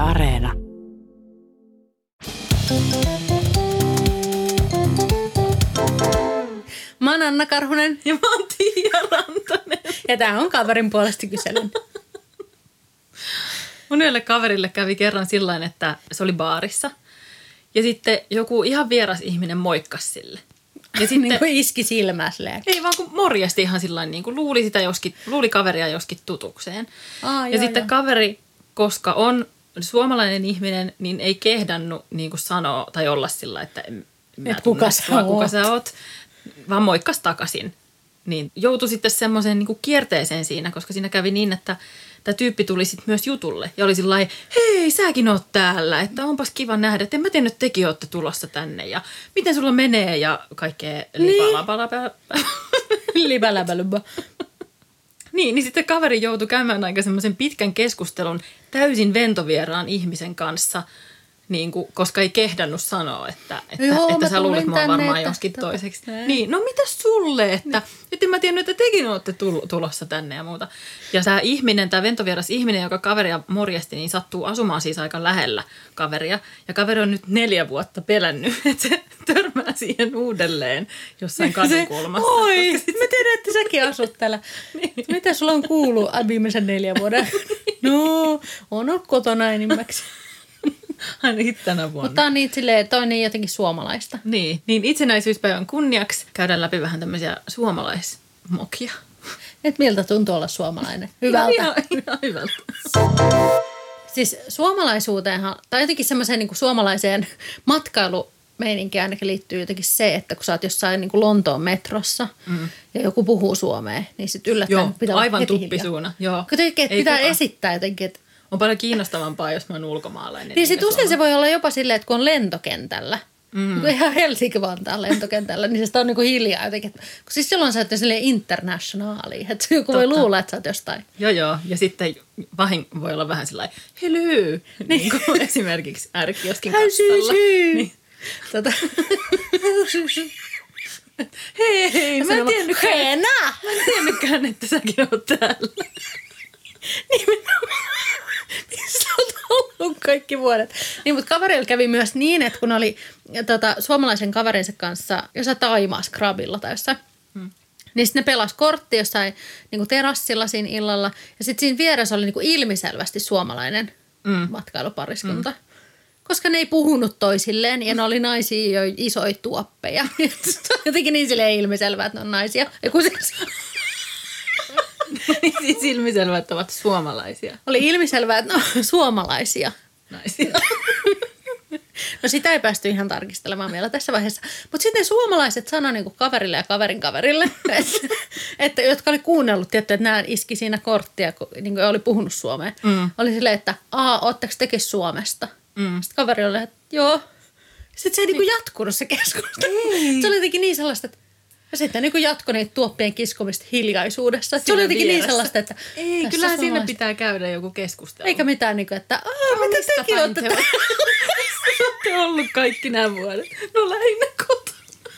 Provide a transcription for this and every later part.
Areena. Mä oon Anna Karhunen. Ja mä oon Tiia Rantanen. Ja tää on kaverin puolesta kysely. Mun yhdelle kaverille kävi kerran sillain, että se oli baarissa. Ja sitten joku ihan vieras ihminen moikkasi sille. Ja sitten, niin kuin iski silmää silleen. ei vaan kun morjasti ihan sillain, niin kuin luuli kaveria joskin tutukseen. Ja sitten kaveri, koska on suomalainen ihminen, niin ei kehdannut niin kuin sanoa tai olla sillä, että kuka sä oot, vaan moikkas takaisin. Niin joutui sitten semmoiseen niin kuin kierteeseen siinä, koska siinä kävi niin, että tämä tyyppi tuli sitten myös jutulle. Ja oli sillä hei, säkin oot täällä, että onpas kiva nähdä, että en mä tiedä, että tekin ootte tulossa tänne. Ja miten sulla menee ja kaikkea Libalabalabalaba. Niin sitten kaveri joutui käymään aika semmoisen pitkän keskustelun täysin ventovieraan ihmisen kanssa, niin kuin, koska ei kehdannut sanoa, että sä luulet mua varmaan joskin toiseksi. Niin, no mitäs sulle, että en mä tiennyt, että tekin olette tulossa tänne ja muuta. Ja tämä ventovieras ihminen, joka kaveria morjesti, niin sattuu asumaan siis aika lähellä kaveria. Ja kaveri on nyt 4 vuotta pelännyt, että se törmää siihen uudelleen jossain kadunkulmassa. Oi, mä tiedän, että säkin asut täällä. Niin. Mitä sulla on kuullut viimeisen 4 vuoden? No, on ollut kotona enimmäksi. Ainakin tänä vuonna. Mutta on niitä silleen, toi niin jotenkin suomalaista. Niin itsenäisyyspäivän kunniaksi käydään läpi vähän tämmöisiä suomalaismokia. Et miltä tuntuu olla suomalainen? Hyvältä. Ihan hyvältä. Siis suomalaisuuteenhan, tai jotenkin semmoiseen niin kuin suomalaiseen matkailumeininkiin ainakin liittyy jotenkin se, että kun sä oot jossain niin kuin Lontoon metrossa ja joku puhuu suomea, niin sit yllättäen pitää aivan heti tuppisuuna. Joo. Kun pitää esittää jotenkin, että on paljon kiinnostavampaa, jos mä oon ulkomaalainen. Niin sitten usein se voi olla jopa silleen, että kun on lentokentällä, kun ihan Helsinki-Vantaan lentokentällä, niin se on niin kuin hiljaa jotenkin. Kun siis silloin sä oot jo silleen internationaali, että joku voi luulla, että sä oot jostain. Joo, ja sitten voi olla vähän sellainen, hello, niin kuin esimerkiksi ärkioskin kassalla. Niin. Hei, mä en tiennytkään, että säkin oot täällä. Missä olet ollut kaikki vuodet? Niin, mutta kaverilla kävi myös niin, että kun oli suomalaisen kaverinsa kanssa jossain Taimaassa Krabilla tai jossain, niin sitten ne pelasi kortti jossain niin kuin terassilla siinä illalla. Ja sitten siinä vieressä oli niin kuin ilmiselvästi suomalainen matkailupariskunta. Koska ne ei puhunut toisilleen ja ne oli naisia jo isoja tuoppeja. Jotenkin niin silleen ilmiselvää, että ne on naisia. Siis ilmiselvää, että ovat suomalaisia. Oli ilmiselvää, että suomalaisia naisia. No sitä ei päästy ihan tarkistelemaan vielä tässä vaiheessa. Mutta sitten suomalaiset sanoi niin kuin kaverille ja kaverin kaverille, että jotka oli kuunnellut, tietty, että nämä iski siinä korttia, niin kuin oli puhunut suomea. Oli silleen, että ootteko tekin Suomesta? Sitten kaveri oli, että joo. Sitten se ei niin kuin jatkunut se keskustelu. Se oli jotenkin niin sellaista, että ja sitten niin jatkoi niitä tuoppien kiskomista hiljaisuudessa. Se oli jotenkin niin sellaista, että ei, kyllä siinä pitää käydä joku keskustelu. Eikä mitään niin kuin, että mitä tekin olette täällä? Olette ollut kaikki nämä vuodet. No lähinnä kotona.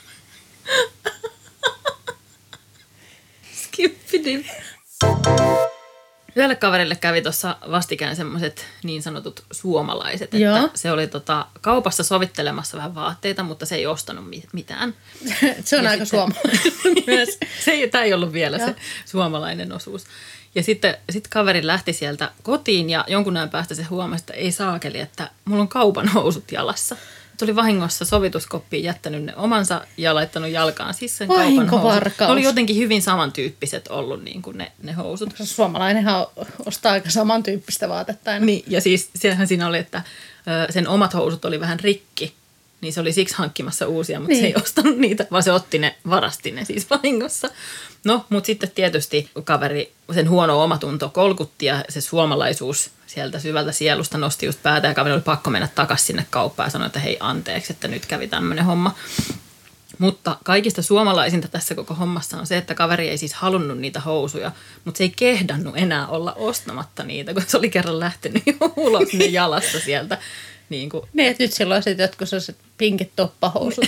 Skippidi. Yhdelle kaverille kävi tuossa vastikään semmoiset niin sanotut suomalaiset, että se oli kaupassa sovittelemassa vähän vaatteita, mutta se ei ostanut mitään. Se on aika suomalainen myös. Tämä ei ollut vielä se suomalainen osuus. Ja sitten kaveri lähti sieltä kotiin ja jonkun ajan päästä se huomasi, että ei saakeli, että mulla on kaupan housut jalassa. Tuli vahingossa sovituskoppiin jättänyt ne omansa ja laittanut jalkaan siis sen kaupan housut. Ne oli jotenkin hyvin samantyyppiset ollut niin kuin ne housut. Suomalainenhan ostaa aika samantyyppistä vaatetta aina. Niin, ja siis siellähän siinä oli, että sen omat housut oli vähän rikki. Niin se oli siksi hankkimassa uusia, mutta se ei ostanut niitä, vaan se varasti ne siis vahingossa. No, mutta sitten tietysti kaveri sen huono omatunto kolkutti ja se suomalaisuus sieltä syvältä sielusta nosti just päätä ja kaveri oli pakko mennä takaisin sinne kauppaan ja sanoi, että hei anteeksi, että nyt kävi tämmöinen homma. Mutta kaikista suomalaisinta tässä koko hommassa on se, että kaveri ei siis halunnut niitä housuja, mutta se ei kehdannut enää olla ostamatta niitä, kun se oli kerran lähtenyt jo ulos ne jalassa sieltä. Niin, että nyt silloin sitten jotkut sellaiset pinkit toppahousut.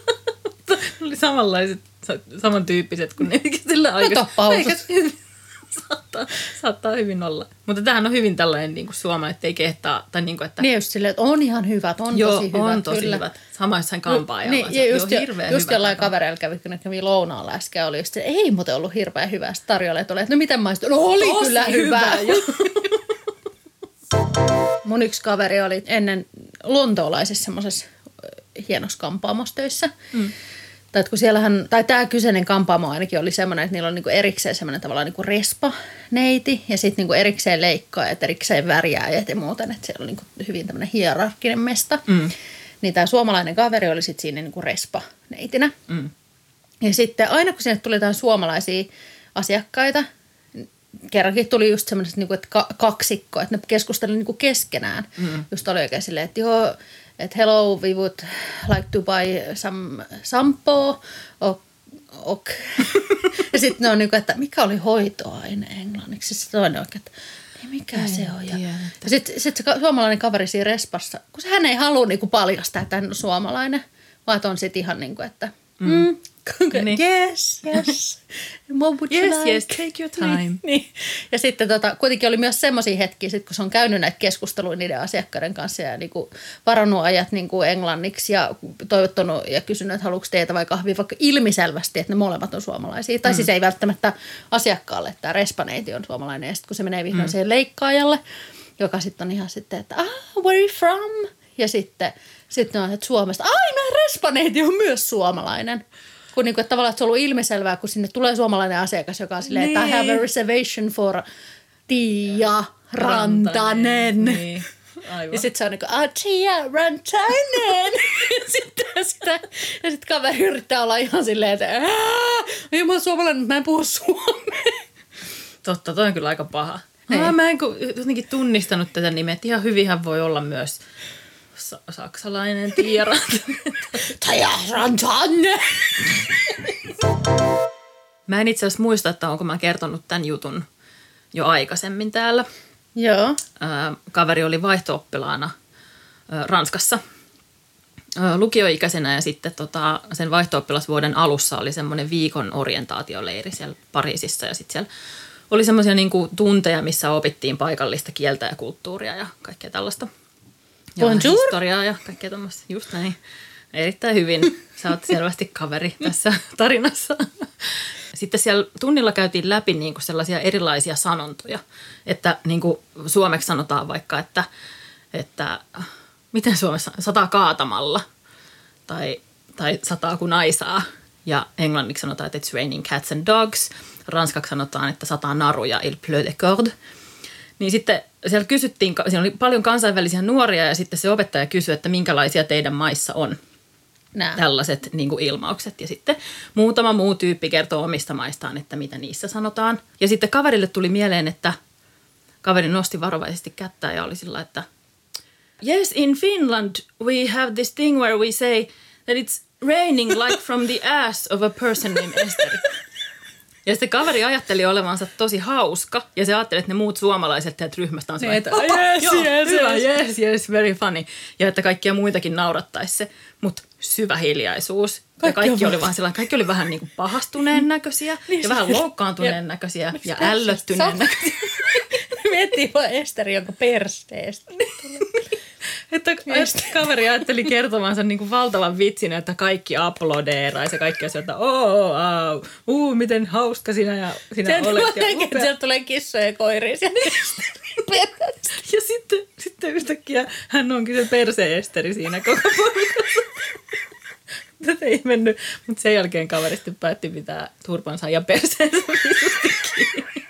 Ne oli samanlaiset, samantyyppiset kuin ne sillä aikaa. Toppahousut. Saattaa hyvin olla. Mutta tämähän on hyvin tällainen niin kuin suomalainen, että ei kehtaa. Tai niin kuin, että... Niin just silleen, että on ihan hyvät, on joo, tosi hyvät. on tosi kyllä. hyvät. Sama jossain kampaajalla. No, niin, just jollain kavereilla kävi, kun ne kävi lounaalla äsken, oli just se, ei muuten ollut hirveän hyvää. Sitten tarjoilijat oli, että no miten maistuu? No oli tosi kyllä hyvää. Mun yksi kaveri oli ennen lontoolaisessa semmoisessa hienossa kampaamossa Tai kun siellähän, tai tämä kyseinen kampaamo ainakin oli semmoinen, että niillä on niinku erikseen semmoinen tavallaan niinku respa-neiti ja sitten niinku erikseen leikkaajat, erikseen värjääjät ja muuten, että siellä on niinku hyvin tämmöinen hierarkkinen mesta. Niin tämä suomalainen kaveri oli sitten siinä niinku respa-neitinä. Ja sitten aina kun sinne tuli jotain suomalaisia asiakkaita, kerrankin tuli just semmoinen, niinku, että kaksikko, että ne keskustelivat niinku keskenään. Just oli oikein silleen, että joo, että hello, we would like to buy some shampoo. Ok. Ja sitten ne on niinku, että mikä oli hoitoaine englanniksi. Sitten toinen oikein, että mikä se on. Ja sitten se suomalainen kaveri siinä respassa, kun hän ei halua niinku paljastaa, että hän on suomalainen, vaan on sitten ihan niin kuin, että niin. Yes. What would you like? Yes, take your time. Niin. Ja sitten kuitenkin oli myös semmoisia hetkiä, sit, kun se on käynyt näitä keskusteluja niiden asiakkaiden kanssa ja niinku varannut ajat niinku englanniksi ja toivottanut ja kysynyt, että haluatko teetä vai kahvia, vaikka ilmiselvästi, että ne molemmat on suomalaisia. Tai siis ei välttämättä asiakkaalle, että tämä respaneiti on suomalainen. Ja sitten kun se menee vihdoin siihen leikkaajalle, joka sitten on ihan sitten, että where are you from? Ja sitten on, että Suomesta, no respaneiti on myös suomalainen. Kun niinku, että tavallaan että se on ollut ilmiselvää, kun sinne tulee suomalainen asiakas, joka on silleen, että I have a reservation for Tiia Rantanen. Niin. Aivan. Ja sitten se on niin kuin, Tiia Rantanen. ja sitten kaveri yrittää olla ihan silleen, että mä oon suomalainen, mutta mä en puhu suomea. Totta, toi on kyllä aika paha. Mä en jotenkin tunnistanut tätä nimeä, että ihan hyvinhän voi olla myös saksalainen Tiia Rantanen. Tiia Rantanen. Mä en itse asiassa muista, että onko mä kertonut tämän jutun jo aikaisemmin täällä. Joo. Kaveri oli vaihto-oppilaana Ranskassa lukioikäisenä ja sitten sen vaihto-oppilasvuoden alussa oli semmoinen viikon orientaatioleiri siellä Pariisissa ja sitten siellä oli semmoisia niinku tunteja, missä opittiin paikallista kieltä ja kulttuuria ja kaikkea tällaista. Ja historiaa ja kaikkea tämmöistä. Just näin. Erittäin hyvin. Sä oot selvästi kaveri tässä tarinassa. Sitten siellä tunnilla käytiin läpi niinku sellaisia erilaisia sanontoja. Että niinku suomeksi sanotaan vaikka, että miten Suomessa sataa kaatamalla tai sataa kun aisaa. Ja englanniksi sanotaan, että it's raining cats and dogs. Ranskaksi sanotaan, että sataa naruja, il pleut de corde. Niin sitten siellä kysyttiin, siellä oli paljon kansainvälisiä nuoria ja sitten se opettaja kysyi, että minkälaisia teidän maissa on tällaiset niin kuin ilmaukset. Ja sitten muutama muu tyyppi kertoo omista maistaan, että mitä niissä sanotaan. Ja sitten kaverille tuli mieleen, että kaveri nosti varovaisesti kättä ja oli sillä, että yes, in Finland we have this thing where we say that it's raining like from the ass of a person named Esteri. Ja sitten kaveri ajatteli olevansa tosi hauska, ja se ajatteli, että ne muut suomalaiset täältä ryhmästä on sellainen, että yes, very funny. Ja että kaikkia muitakin naurattaisi se, mutta syvä hiljaisuus. Ja kaikki oli vaan sellainen, kaikki oli vähän niin kuin pahastuneen näköisiä, ja vähän loukkaantuneen näköisiä, ja ällöttyneen näköisiä. Miettii vaan Esteri, jonka persteestä. Että kaveri ajatteli kertovansa niin kuin valtavan vitsin, että kaikki aplodeeraisi ja kaikki on sieltä, miten hauska sinä olet. Sieltä tulee kissoja ja koiria. Ja sitten yhtäkkiä hän onkin se perse-Esteri siinä koko porukassa. Tätä ei mennyt, mutta sen jälkeen kaveristi päätti pitää turpansa ja perseensä visusti kiinni.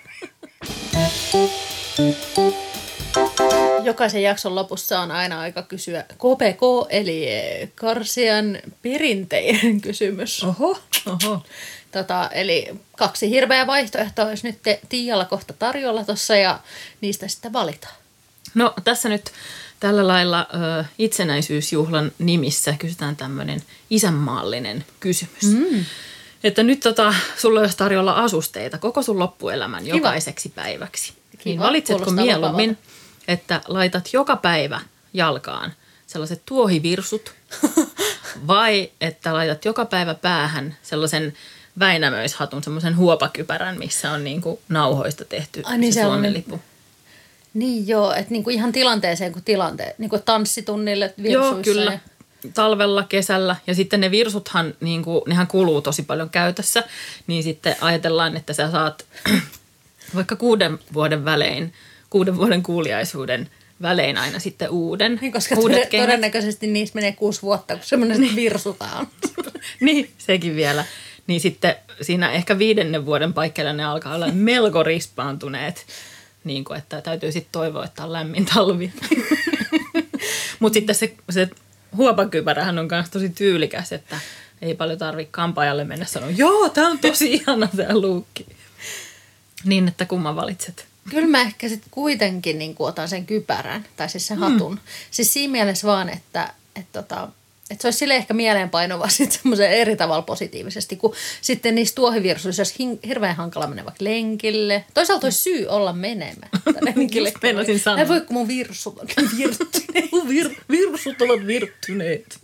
Jokaisen jakson lopussa on aina aika kysyä KPK, eli Karsian perinteinen kysymys. Oho. Eli 2 hirveää vaihtoehtoa, jos nyt Tiialla kohta tarjolla tuossa ja niistä sitten valitaan. No tässä nyt tällä lailla itsenäisyysjuhlan nimissä kysytään tämmöinen isänmaallinen kysymys. Että nyt sulla olisi tarjolla asusteita koko sun loppuelämän jokaiseksi päiväksi. Niin valitsetko mieluummin, että laitat joka päivä jalkaan sellaiset tuohivirsut vai että laitat joka päivä päähän sellaisen Väinämöishatun, semmoisen huopakypärän, missä on niin kuin nauhoista tehty se Suomen lippu. Niin joo, että niinku ihan tilanteeseen kuin niinku tanssitunnille virsuissa. Joo, kyllä. Talvella, kesällä ja sitten ne virsuthan, niinku, nehän kuluu tosi paljon käytössä, niin sitten ajatellaan, että sä saat vaikka 6 vuoden kuuliaisuuden välein aina sitten uuden. Niin, koska todennäköisesti niissä menee 6 vuotta, kun semmoinen virsutaan. Niin, sekin vielä. Niin sitten siinä ehkä 5. vuoden paikkeilla ne alkaa olla melko rispaantuneet. Niin kuin, että täytyy sitten toivoa, että on lämmin talvi. Mutta sitten se huopakypärähän on myös tosi tyylikäs, että ei paljon tarvitse kampaajalle mennä sanoa, joo, tämä on tosi ihana tämä luukki. Niin, että kumman valitset? Kyllä mä ehkä sitten kuitenkin niin otan sen kypärän, tai siis sen hatun. Siis siinä mielessä vaan, että se olisi sille ehkä mieleenpainova sitten semmoisen eri tavalla positiivisesti, kun sitten niissä tuohivirsuissa olisi hirveän hankala mennä vaikka lenkille. Toisaalta olisi syy olla menemättä lenkille. Just meinasin sanoa. Ei voi, kun mun virsut on virttyneet. Virsut ovat virttyneet.